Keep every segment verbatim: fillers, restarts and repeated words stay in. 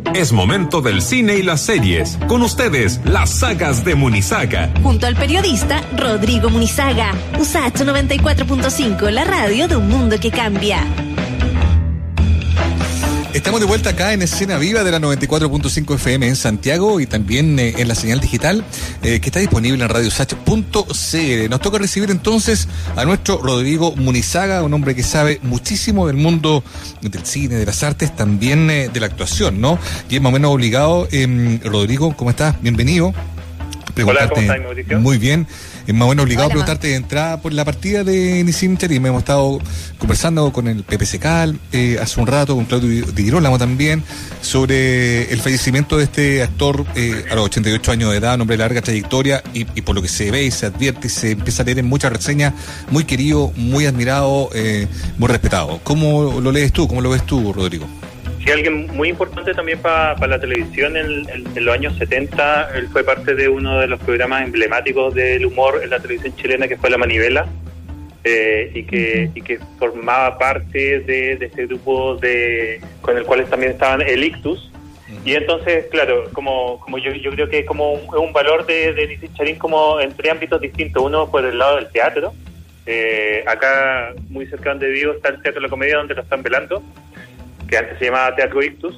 Es momento del cine y las series. Con ustedes, las sagas de Munizaga. Junto al periodista Rodrigo Munizaga. U S H noventa y cuatro punto cinco, la radio de un mundo que cambia. Estamos de vuelta acá en Escena Viva de la noventa y cuatro punto cinco F M en Santiago y también eh, en la señal digital eh, que está disponible en radio u s h punto c l. Nos toca recibir entonces a nuestro Rodrigo Munizaga, un hombre que sabe muchísimo del mundo del cine, de las artes, también eh, de la actuación, ¿no? Y es más o menos obligado. Eh, Rodrigo, ¿cómo estás? Bienvenido. Hola, ¿cómo estás, Mauricio? Muy bien. Es más o menos obligado Hola, a preguntarte de entrada por la partida de Nissim Charim. Hemos estado conversando con el Pepe Secal eh, hace un rato, con Claudio Di Girolamo también, sobre el fallecimiento de este actor eh, a los ochenta y ocho años de edad, un hombre de larga trayectoria, y, y por lo que se ve y se advierte y se empieza a leer en muchas reseñas, muy querido, muy admirado, eh, muy respetado. ¿Cómo lo lees tú? ¿Cómo lo ves tú, Rodrigo? Sí, alguien muy importante también para pa la televisión en, en, en los años setenta. Él fue parte de uno de los programas emblemáticos del humor en la televisión chilena, que fue La Manivela, eh, y que uh-huh. y que formaba parte de, de este grupo de con el cual también estaban el Ictus. Uh-huh. Y entonces, claro, como como yo yo creo que es como un, un valor de, de Nissim Charim como en tres ámbitos distintos. Uno por el lado del teatro. Eh, acá, muy cerca donde vivo, está el Teatro de la Comedia, donde lo están velando, que antes se llamaba Teatro Ictus,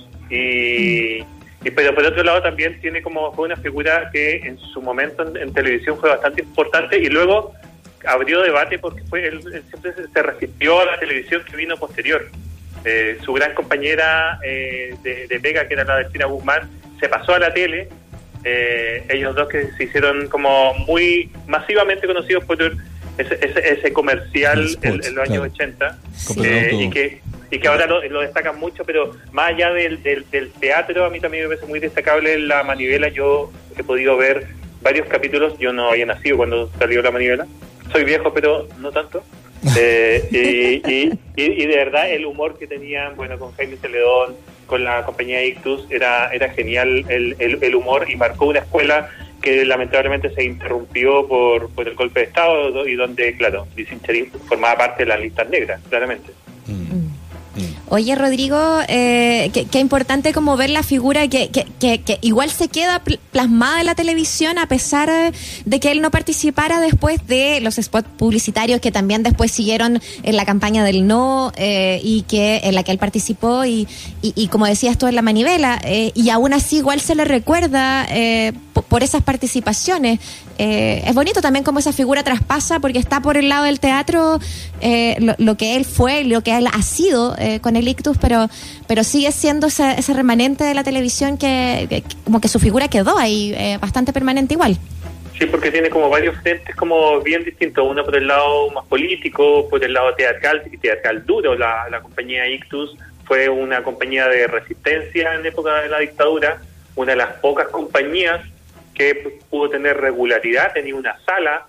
y, y pero por otro lado también tiene como fue una figura que en su momento en, en televisión fue bastante importante, y luego abrió debate porque fue él, él siempre se, se resistió a la televisión que vino posterior. Eh, su gran compañera eh, de, de pega, que era la Delfina Guzmán, se pasó a la tele. Eh, ellos dos que se hicieron como muy masivamente conocidos por ese, ese, ese comercial Sports, en, en los años claro. ochenta, eh, y que y que ahora lo, lo destacan mucho, pero más allá del, del, del teatro, a mí también me parece muy destacable La Manivela. Yo he podido ver varios capítulos, yo no había nacido cuando salió La Manivela, soy viejo pero no tanto, eh, y, y, y, y de verdad el humor que tenían, bueno, con Jaime Celedón, con la compañía Ictus, era, era genial el, el, el humor, y marcó una escuela que lamentablemente se interrumpió por, por el golpe de Estado, y donde, claro, Nissim Charim formaba parte de las listas negras, claramente. Mm. Oye, Rodrigo, eh, qué, qué importante como ver la figura que, que, que, que igual se queda plasmada en la televisión a pesar de que él no participara después de los spots publicitarios que también después siguieron en la campaña del no, eh, y que en la que él participó, y, y, y como decías tú, en La Manivela, eh, y aún así igual se le recuerda eh, por, por esas participaciones. Eh, es bonito también cómo esa figura traspasa, porque está por el lado del teatro, eh, lo, lo que él fue, lo que él ha sido eh, con el Ictus, pero pero sigue siendo ese, ese remanente de la televisión que, que como que su figura quedó ahí eh, bastante permanente igual. Sí, porque tiene como varios frentes como bien distintos, uno por el lado más político, por el lado teatral, y teatral duro. La, la compañía Ictus fue una compañía de resistencia en época de la dictadura, una de las pocas compañías que pudo tener regularidad, tenía una sala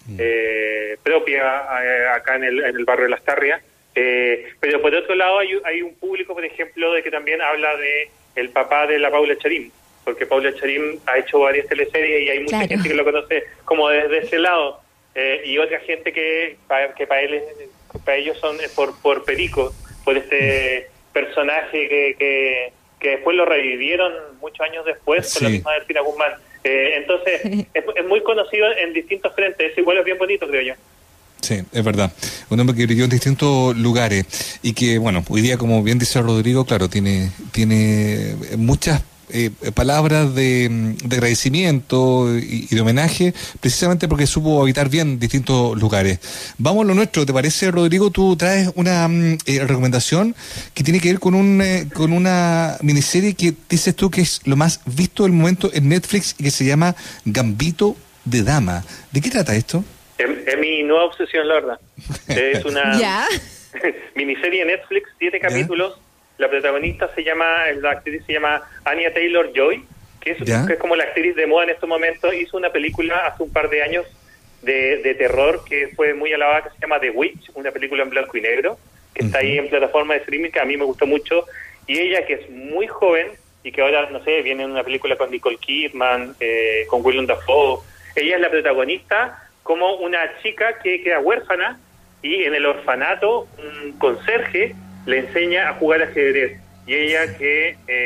eh, propia eh, acá en el, en el barrio de Las Tarrias, eh, pero por otro lado hay, hay un público, por ejemplo, de que también habla de el papá de la Paula Charim, porque Paula Charim ha hecho varias teleseries y hay mucha claro. gente que lo conoce como desde ese lado, eh, y otra gente que pa, que para él para ellos son por por Perico, por este personaje que, que que después lo revivieron muchos años después sí. con la misma Delfina Guzmán. Eh, entonces, es, es muy conocido en distintos frentes. Es igual, es bien bonito, creo yo. Sí, es verdad. Un hombre que brilló en distintos lugares y que, bueno, hoy día, como bien dice Rodrigo, claro, tiene tiene muchas eh, palabras de, de agradecimiento y, y de homenaje, precisamente porque supo habitar bien distintos lugares. Vamos a lo nuestro, ¿te parece, Rodrigo? Tú traes una eh, recomendación que tiene que ver con un eh, con una miniserie que dices tú que es lo más visto del momento en Netflix y que se llama Gambito de Dama. ¿De qué trata esto? Es, es mi nueva obsesión, la verdad. Es una ¿Ya? miniserie de Netflix, siete capítulos. ¿Ya? La protagonista se llama, la actriz se llama Anya Taylor-Joy, que es, que es como la actriz de moda en estos momentos. Hizo una película hace un par de años de, de terror que fue muy alabada, que se llama The Witch, una película en blanco y negro, que uh-huh. está ahí en plataforma de streaming, que a mí me gustó mucho. Y ella, que es muy joven y que ahora, no sé, viene en una película con Nicole Kidman, eh, con Willem Dafoe. Ella es la protagonista como una chica que queda huérfana, y en el orfanato un conserje le enseña a jugar ajedrez, y ella que eh,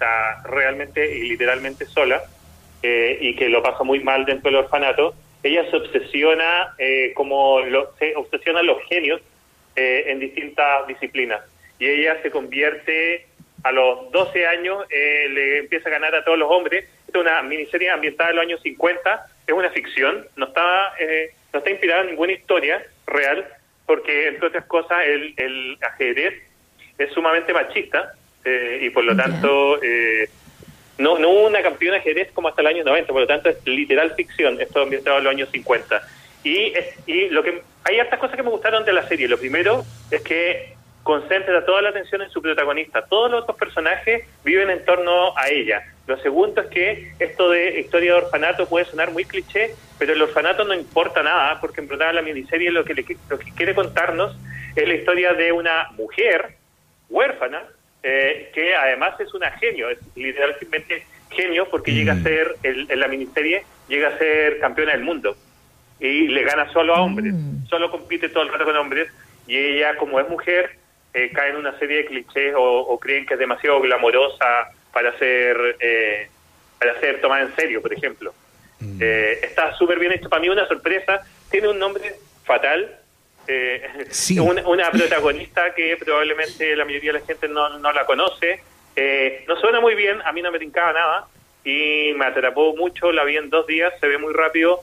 está realmente y literalmente sola, eh, y que lo pasa muy mal dentro del orfanato, ella se obsesiona, eh, como lo, se obsesiona los genios eh, en distintas disciplinas. Y ella se convierte, a los doce años, eh, le empieza a ganar a todos los hombres. Esta es una miniserie ambientada en los años cincuenta, es una ficción, no está, eh, no está inspirada en ninguna historia real, porque, entre otras cosas, el, el ajedrez es sumamente machista, eh, y por lo tanto, eh, no, no hubo una campeona de ajedrez como hasta el año noventa, por lo tanto es literal ficción, esto ambientado en los años cincuenta. Y, es, y lo que hay hartas cosas que me gustaron de la serie. Lo primero es que concentra toda la atención en su protagonista. Todos los otros personajes viven en torno a ella. Lo segundo es que esto de historia de orfanato puede sonar muy cliché, pero el orfanato no importa nada, porque en verdad la miniserie lo que, le, lo que quiere contarnos es la historia de una mujer huérfana, eh, que además es una genio, es literalmente genio, porque mm. llega a ser, el, en la miniserie, llega a ser campeona del mundo. Y le gana solo a hombres, mm. solo compite todo el rato con hombres, y ella, como es mujer, eh, cae en una serie de clichés o, o creen que es demasiado glamorosa para ser, eh, para ser tomada en serio, por ejemplo. Mm. Eh, está súper bien hecho, para mí una sorpresa, tiene un nombre fatal, eh, sí. una, una protagonista que probablemente la mayoría de la gente no, no la conoce, eh, no suena muy bien, a mí no me tincaba nada, y me atrapó mucho, la vi en dos días, se ve muy rápido,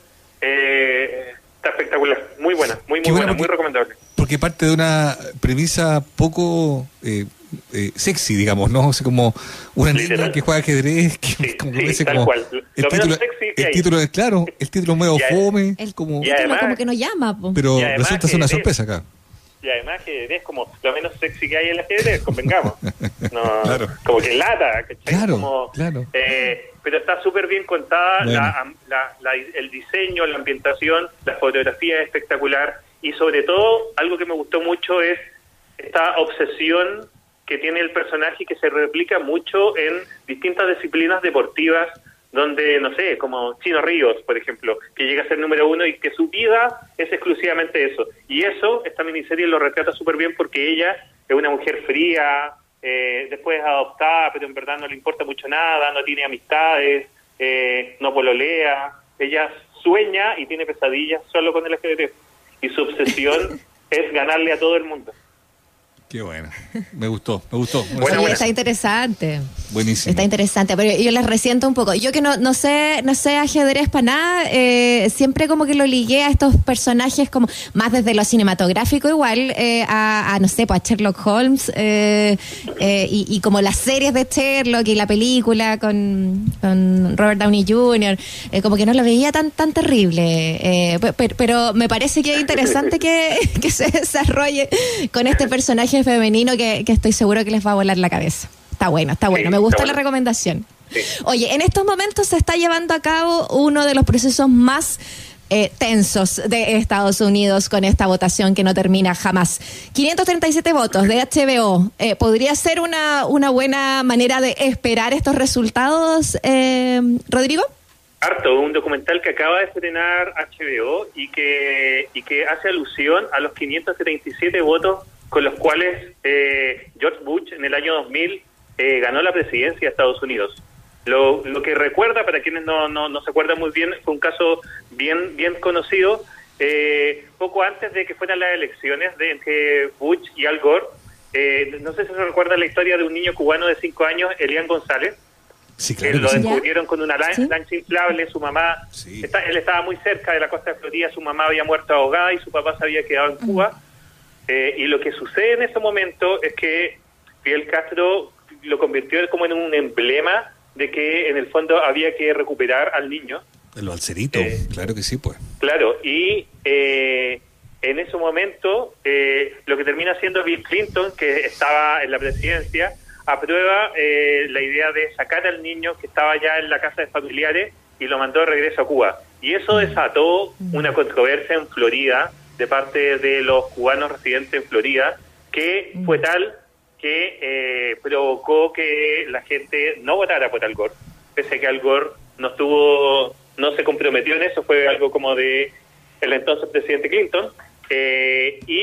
eh, está espectacular, muy buena, muy muy buena, porque, muy recomendable. Porque parte de una premisa poco eh, eh, sexy, digamos, ¿no? O sea, como una Literal. niña que juega ajedrez, que sí, como, sí, ese tal como cual. el, título, el título es claro, el título medio fome, el como, título además, como que no llama, po. Pero resulta ser una sorpresa acá. Y además que es como lo menos sexy que hay en el ajedrez, convengamos. No, claro. Como que lata, ¿cachai? Claro, como, claro. Eh, pero está súper bien contada, bueno. la, la, la, el diseño, la ambientación, la fotografía es espectacular, y sobre todo, algo que me gustó mucho es esta obsesión que tiene el personaje, que se replica mucho en distintas disciplinas deportivas, donde, no sé, como Chino Ríos, por ejemplo, que llega a ser número uno y que su vida es exclusivamente eso. Y eso, esta miniserie lo retrata súper bien, porque ella es una mujer fría, eh, después es adoptada, pero en verdad no le importa mucho nada, no tiene amistades, eh, no pololea, ella sueña y tiene pesadillas solo con el ajedrez. Y su obsesión es ganarle a todo el mundo. Qué bueno, me gustó, me gustó. Bueno, sí, buena. Está interesante. Buenísimo. Está interesante, pero yo les resiento un poco. Yo que no no sé no sé ajedrez para nada, eh, siempre como que lo ligué a estos personajes como más desde lo cinematográfico igual, eh, a, a no sé, pues a Sherlock Holmes, eh, eh, y, y como las series de Sherlock y la película con, con Robert Downey junior, eh, como que no lo veía tan tan terrible, eh, pero, pero me parece que es interesante que, que se desarrolle con este personaje femenino que, que estoy seguro que les va a volar la cabeza. Está bueno, está bueno. Sí, me gusta la bueno. recomendación. Sí. Oye, en estos momentos se está llevando a cabo uno de los procesos más eh, tensos de Estados Unidos con esta votación que no termina jamás. quinientos treinta y siete votos de H B O. Eh, ¿Podría ser una, una buena manera de esperar estos resultados, eh, Rodrigo? Harto, un documental que acaba de estrenar H B O y que, y que hace alusión a los quinientos treinta y siete votos con los cuales eh, George Bush en el año dos mil eh, ganó la presidencia de Estados Unidos. Lo, lo que recuerda, para quienes no, no, no se acuerdan muy bien, fue un caso bien bien conocido, eh, poco antes de que fueran las elecciones de entre Bush y Al Gore. Eh, no sé si se recuerda la historia de un niño cubano de cinco años, Elian González. Sí, claro. Que lo sí. descubrieron con una lancha, ¿Sí? lancha inflable, su mamá, sí. está, él estaba muy cerca de la costa de Florida, su mamá había muerto ahogada y su papá se había quedado en Cuba. Eh, y lo que sucede en ese momento es que Fidel Castro lo convirtió como en un emblema de que en el fondo había que recuperar al niño. El balserito, eh, claro que sí, pues. Claro, y eh, en ese momento eh, lo que termina siendo Bill Clinton, que estaba en la presidencia, aprueba eh, la idea de sacar al niño que estaba ya en la casa de familiares y lo mandó de regreso a Cuba. Y eso desató una controversia en Florida de parte de los cubanos residentes en Florida, que fue tal que eh, provocó que la gente no votara por Al Gore, pese a que Al Gore no estuvo, no se comprometió en eso, fue algo como de el entonces presidente Clinton, eh, y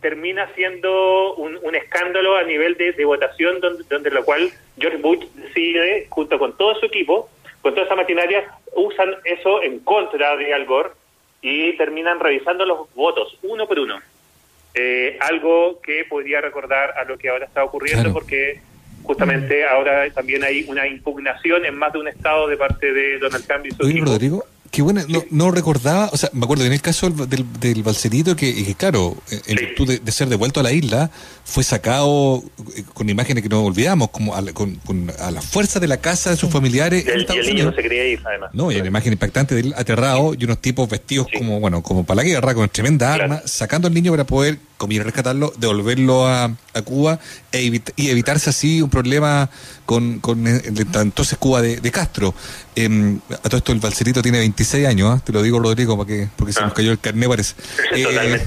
termina siendo un, un escándalo a nivel de, de votación, donde, donde lo cual George Bush decide, junto con todo su equipo, con toda esa maquinaria, usan eso en contra de Al Gore y terminan revisando los votos uno por uno. Eh, algo que podría recordar a lo que ahora está ocurriendo, claro, porque justamente ahora también hay una impugnación en más de un estado de parte de Donald Trump y su Oye, equipo. Rodrigo, qué bueno, no, no recordaba, o sea, me acuerdo en el caso del, del, del Balcerito que, que claro, en Sí. virtud de, de ser devuelto a la isla, fue sacado con imágenes que no olvidamos, como a la, con, con, a la fuerza de la casa de sus familiares. Y el, en y Estados el niño Unidos. no se quería ir, además. No, y una imagen impactante de él aterrado y unos tipos vestidos Sí. como, bueno, como para la guerra, con tremenda Claro. arma, sacando al niño para poder, como ir a rescatarlo, devolverlo a, a Cuba e evit- y evitarse así un problema con, con el, el entonces Cuba de, de Castro. Eh, a todo esto el Balcerito tiene veintiséis años, ¿eh? Te lo digo, Rodrigo, para que, porque se Ah. nos cayó el carné, parece. Eh, Totalmente.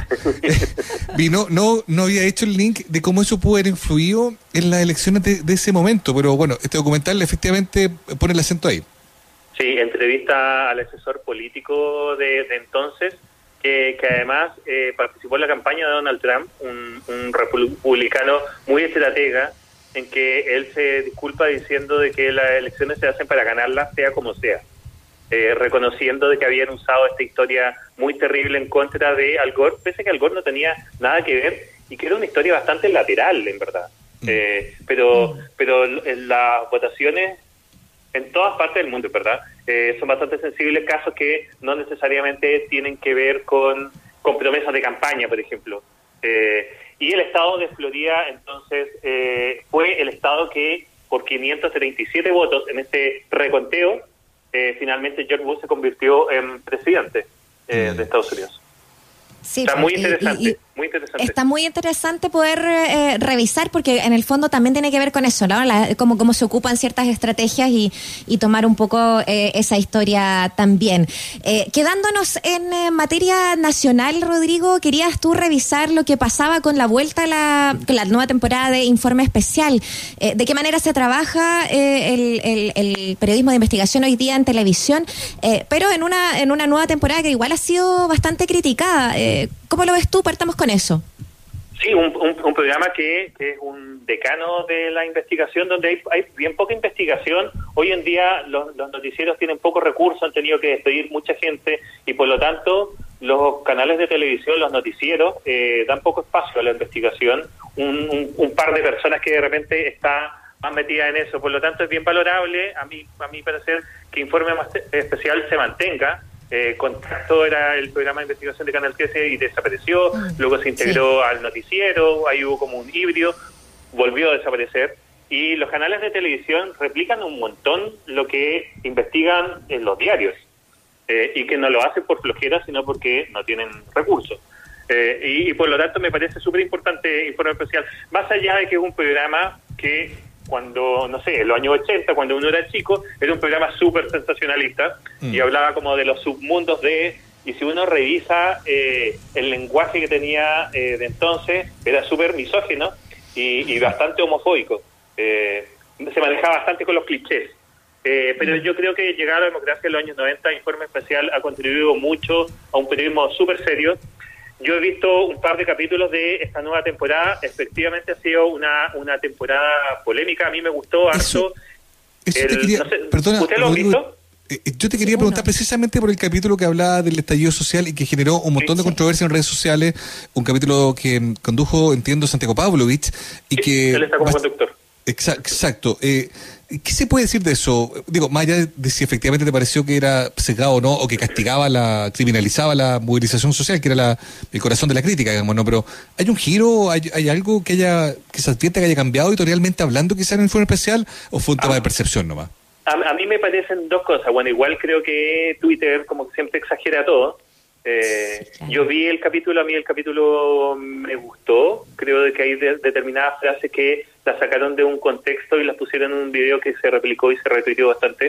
vino, no, no había hecho el link de cómo eso pudo haber influido en las elecciones de, de ese momento, pero bueno, este documental efectivamente pone el acento ahí. Sí, entrevista al asesor político de, de entonces, que, que además eh, participó en la campaña de Donald Trump, un, un republicano muy estratega, en que él se disculpa diciendo de que las elecciones se hacen para ganarlas, sea como sea, eh, reconociendo de que habían usado esta historia muy terrible en contra de Al Gore, pese a que Al Gore no tenía nada que ver y que era una historia bastante lateral, en verdad. Mm. Eh, pero, mm. pero en las votaciones en todas partes del mundo, ¿verdad? Eh, son bastante sensibles casos que no necesariamente tienen que ver con, con promesas de campaña, por ejemplo. Eh, y el estado de Florida, entonces, eh, fue el estado que, por quinientos treinta y siete votos en este reconteo, eh, finalmente George Bush se convirtió en presidente eh, de Estados Unidos. Sí, está muy interesante, y, y muy interesante. Está muy interesante poder eh, revisar, porque en el fondo también tiene que ver con eso, ¿no? La, cómo, cómo se ocupan ciertas estrategias y, y tomar un poco eh, esa historia también. Eh, quedándonos en eh, materia nacional, Rodrigo, querías tú revisar lo que pasaba con la vuelta a la, con la nueva temporada de Informe Especial. Eh, ¿De qué manera se trabaja eh, el, el, el periodismo de investigación hoy día en televisión? Eh, pero en una, en una nueva temporada que igual ha sido bastante criticada. Eh, ¿Cómo lo ves tú? Partamos con eso. Sí, un, un, un programa que, que es un decano de la investigación, donde hay, hay bien poca investigación. Hoy en día los, los noticieros tienen pocos recursos, han tenido que despedir mucha gente y por lo tanto los canales de televisión, los noticieros, eh, dan poco espacio a la investigación. Un, un, un par de personas que de repente está más metida en eso. Por lo tanto es bien valorable, a mí, a mí parecer, que Informe Especial se mantenga. Eh, Contacto era el programa de investigación de Canal trece y desapareció, luego se integró sí. al noticiero, ahí hubo como un híbrido, volvió a desaparecer, y los canales de televisión replican un montón lo que investigan en los diarios, eh, y que no lo hacen por flojera, sino porque no tienen recursos. Eh, y, y por lo tanto me parece súper importante Informe Especial, más allá de que es un programa que cuando, no sé, en los años ochenta, cuando uno era chico, era un programa súper sensacionalista mm. y hablaba como de los submundos de... Y si uno revisa eh, el lenguaje que tenía eh, de entonces, era súper misógino y, y bastante homofóbico. Eh, se manejaba bastante con los clichés. Eh, pero yo creo que llegar a la democracia en los años noventa, Informe Especial ha contribuido mucho a un periodismo súper serio. Yo he visto un par de capítulos de esta nueva temporada. Efectivamente ha sido una, una temporada polémica. A mí me gustó harto. Eso, eso el, te quería, no sé, perdona, ¿usted lo ha visto? Eh, yo te quería preguntar precisamente por el capítulo que hablaba del estallido social y que generó un montón sí, de controversia sí. en redes sociales. Un capítulo que condujo, entiendo, Santiago Pavlovich. Y sí, que él está como conductor. Exacto. exacto. Eh, ¿Qué se puede decir de eso? Digo, más allá de si efectivamente te pareció que era sesgado o no, o que castigaba, la criminalizaba la movilización social, que era la, el corazón de la crítica, digamos, ¿no? Pero ¿hay un giro, hay, hay algo que haya que se advierte que haya cambiado editorialmente hablando quizá en el Informe Especial, o fue un tema ah, de percepción nomás? A, a mí me parecen dos cosas. Bueno, igual creo que Twitter como que siempre exagera todo. Eh, sí, claro. Yo vi el capítulo, a mí el capítulo me gustó, creo de que hay de, determinadas frases que las sacaron de un contexto y las pusieron en un video que se replicó y se retuiteó bastante.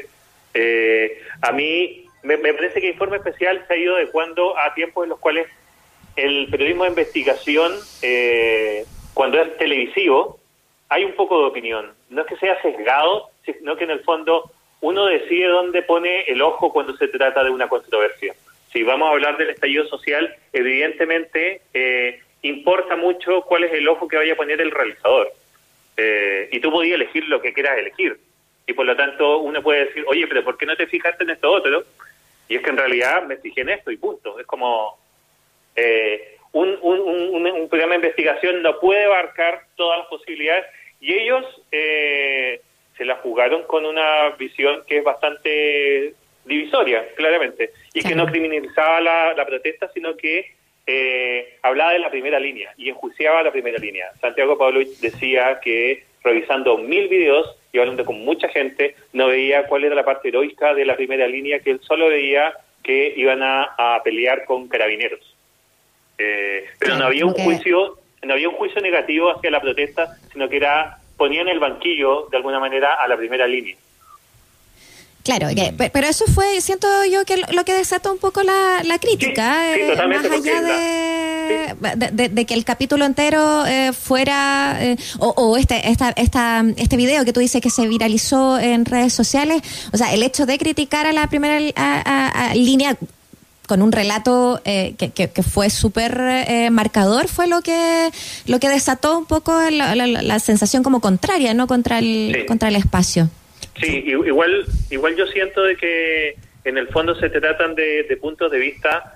Eh, a mí me, me parece que Informe Especial se ha ido adecuando a tiempos en los cuales el periodismo de investigación, eh, cuando es televisivo, hay un poco de opinión. No es que sea sesgado, sino que en el fondo uno decide dónde pone el ojo cuando se trata de una controversia. Si vamos a hablar del estallido social, evidentemente eh, importa mucho cuál es el ojo que vaya a poner el realizador. Eh, y tú podías elegir lo que quieras elegir. Y por lo tanto uno puede decir, oye, pero ¿por qué no te fijaste en esto otro? Y es que en realidad me fijé en esto y punto. Es como eh, un, un, un, un programa de investigación no puede abarcar todas las posibilidades y ellos eh, se la jugaron con una visión que es bastante divisoria, claramente, y que no criminalizaba la, la protesta, sino que eh, hablaba de la primera línea y enjuiciaba la primera línea. Santiago Pavlovich decía que revisando mil videos y hablando con mucha gente, no veía cuál era la parte heroica de la primera línea, que él solo veía que iban a, a pelear con carabineros. Eh, pero claro, no había un que... juicio, no había un juicio negativo hacia la protesta, sino que era ponían el banquillo de alguna manera a la primera línea. Claro, que, pero eso fue, siento yo, que lo que desató un poco la, la crítica, sí, sí, eh, más allá de, la, sí. de, de, de que el capítulo entero eh, fuera, eh, o, o este esta, esta este video que tú dices que se viralizó en redes sociales, o sea, el hecho de criticar a la primera a, a, a línea con un relato eh, que, que, que fue súper eh, marcador, fue lo que lo que desató un poco la, la, la sensación como contraria, ¿no? Contra el, sí. contra el espacio. Sí, igual igual yo siento de que en el fondo se tratan de, de puntos de vista,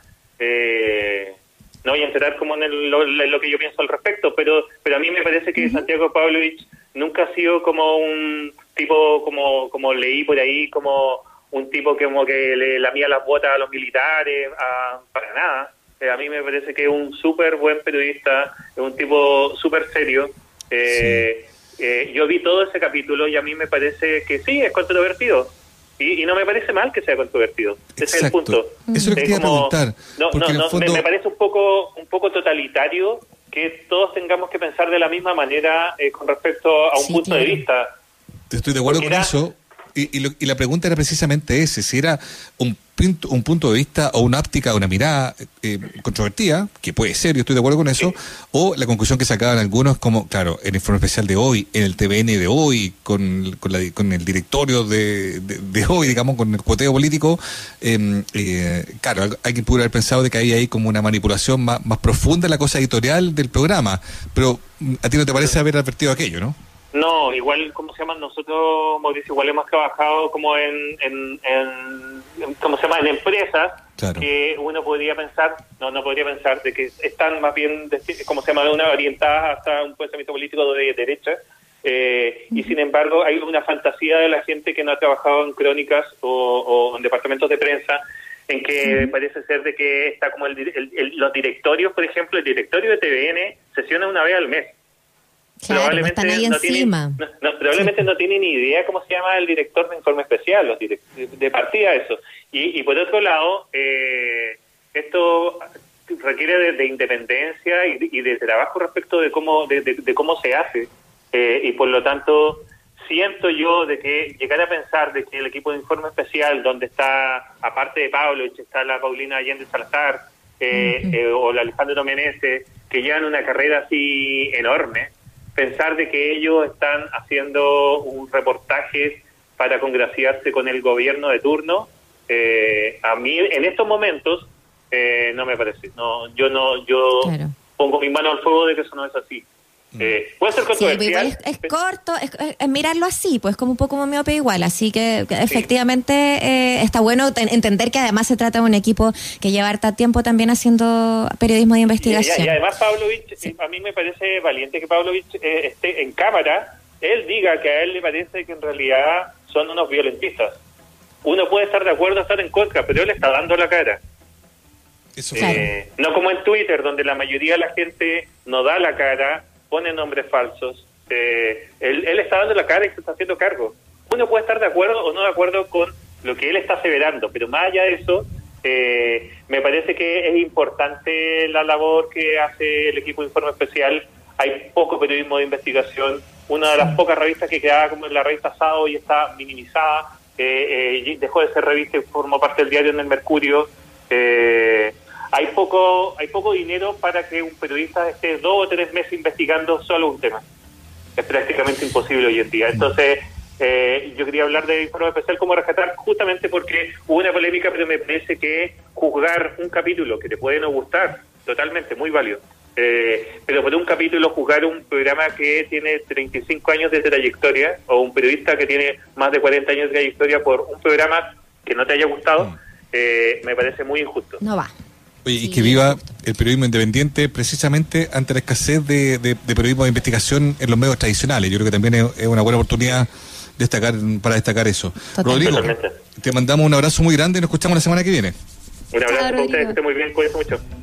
eh, no voy a entrar como en el, lo, lo que yo pienso al respecto, pero pero a mí me parece que uh-huh. Santiago Pavlovich nunca ha sido como un tipo, como como leí por ahí, como un tipo que como que le lamía las botas a los militares, a, para nada. Eh, a mí me parece que es un súper buen periodista, es un tipo súper serio. Eh, sí. Eh, yo vi todo ese capítulo y a mí me parece que sí, es controvertido. Y, y no me parece mal que sea controvertido. Ese Exacto. es el punto. Eso es lo que quería preguntar. No, no, no fondo... me, me parece un poco un poco totalitario que todos tengamos que pensar de la misma manera eh, con respecto a un sí, punto claro. de vista. Estoy de acuerdo Porque con era... eso. Y, y, lo, y la pregunta era precisamente ese, si era un, un punto de vista o una óptica, una mirada eh, controvertida, que puede ser, yo estoy de acuerdo con eso, sí. o la conclusión que sacaban algunos, como, claro, en el informe especial de hoy, en el T V N de hoy, con, con, la, con el directorio de, de, de hoy, digamos, con el cuoteo político, eh, eh, claro, alguien pudo haber pensado de que hay ahí como una manipulación más, más profunda en la cosa editorial del programa, pero a ti no te parece haber advertido aquello, ¿no? No, igual, ¿cómo se llama? Nosotros, Mauricio, igual hemos trabajado como en, en, en ¿cómo se llama? En empresas claro. que uno podría pensar, no, no podría pensar de que están más bien, ¿cómo se llama? Una orientadas hasta un pensamiento político de derecha, eh, y sin embargo hay una fantasía de la gente que no ha trabajado en crónicas o, o en departamentos de prensa, en que uh-huh. parece ser de que está como el, el, el, los directorios, por ejemplo, el directorio de T V N sesiona una vez al mes. Claro, probablemente están ahí no encima. Tienen, no, no, probablemente sí. no tienen ni idea cómo se llama el director de informe especial, los direct, de partida eso. Y, y por otro lado, eh, esto requiere de, de independencia y de, y de trabajo respecto de cómo de, de, de cómo se hace. Eh, y por lo tanto, siento yo de que llegar a pensar de que el equipo de informe especial, donde está, aparte de Pablo, está la Paulina Allende Salazar, eh, uh-huh. eh, o la Alejandro Meneses, que llevan una carrera así enorme, pensar de que ellos están haciendo un reportaje para congraciarse con el gobierno de turno, eh, a mí en estos momentos eh, no me parece. No, yo no, yo claro. pongo mi mano al fuego de que eso no es así. Eh, puede ser controversial. Sí, es, es corto, es, es mirarlo así, pues como un poco como miope igual, así que, que efectivamente eh, está bueno ten, entender que además se trata de un equipo que lleva harta tiempo también haciendo periodismo de investigación. Y, y, y además Pavlovich, sí. a mí me parece valiente que Pavlovich eh, esté en cámara, él diga que a él le parece que en realidad son unos violentistas. Uno puede estar de acuerdo, estar en contra, pero él está dando la cara. Eso eh, no como en Twitter, donde la mayoría de la gente no da la cara, pone nombres falsos. Eh, él, él está dando la cara y se está haciendo cargo. Uno puede estar de acuerdo o no de acuerdo con lo que él está aseverando, pero más allá de eso, eh, me parece que es importante la labor que hace el equipo de Informe Especial. Hay poco periodismo de investigación. Una de las pocas revistas que quedaba como en la revista Sado y está minimizada, eh, eh, dejó de ser revista y formó parte del diario en el Mercurio. Eh, Hay poco hay poco dinero para que un periodista esté dos o tres meses investigando solo un tema. Es prácticamente imposible hoy en día. Entonces, eh, yo quería hablar de Informe Especial como rescatar justamente porque hubo una polémica, pero me parece que juzgar un capítulo que te puede no gustar, totalmente, muy válido. Eh, pero por un capítulo juzgar un programa que tiene treinta y cinco años de trayectoria o un periodista que tiene más de cuarenta años de trayectoria por un programa que no te haya gustado, mm. eh, me parece muy injusto. No va. Oye, sí. Y que viva el periodismo independiente precisamente ante la escasez de, de, de periodismo de investigación en los medios tradicionales. Yo creo que también es, es una buena oportunidad destacar para destacar eso. Total. Rodrigo, Totalmente. Te mandamos un abrazo muy grande y nos escuchamos la semana que viene. Un abrazo para ustedes, que estén muy bien, cuídense mucho.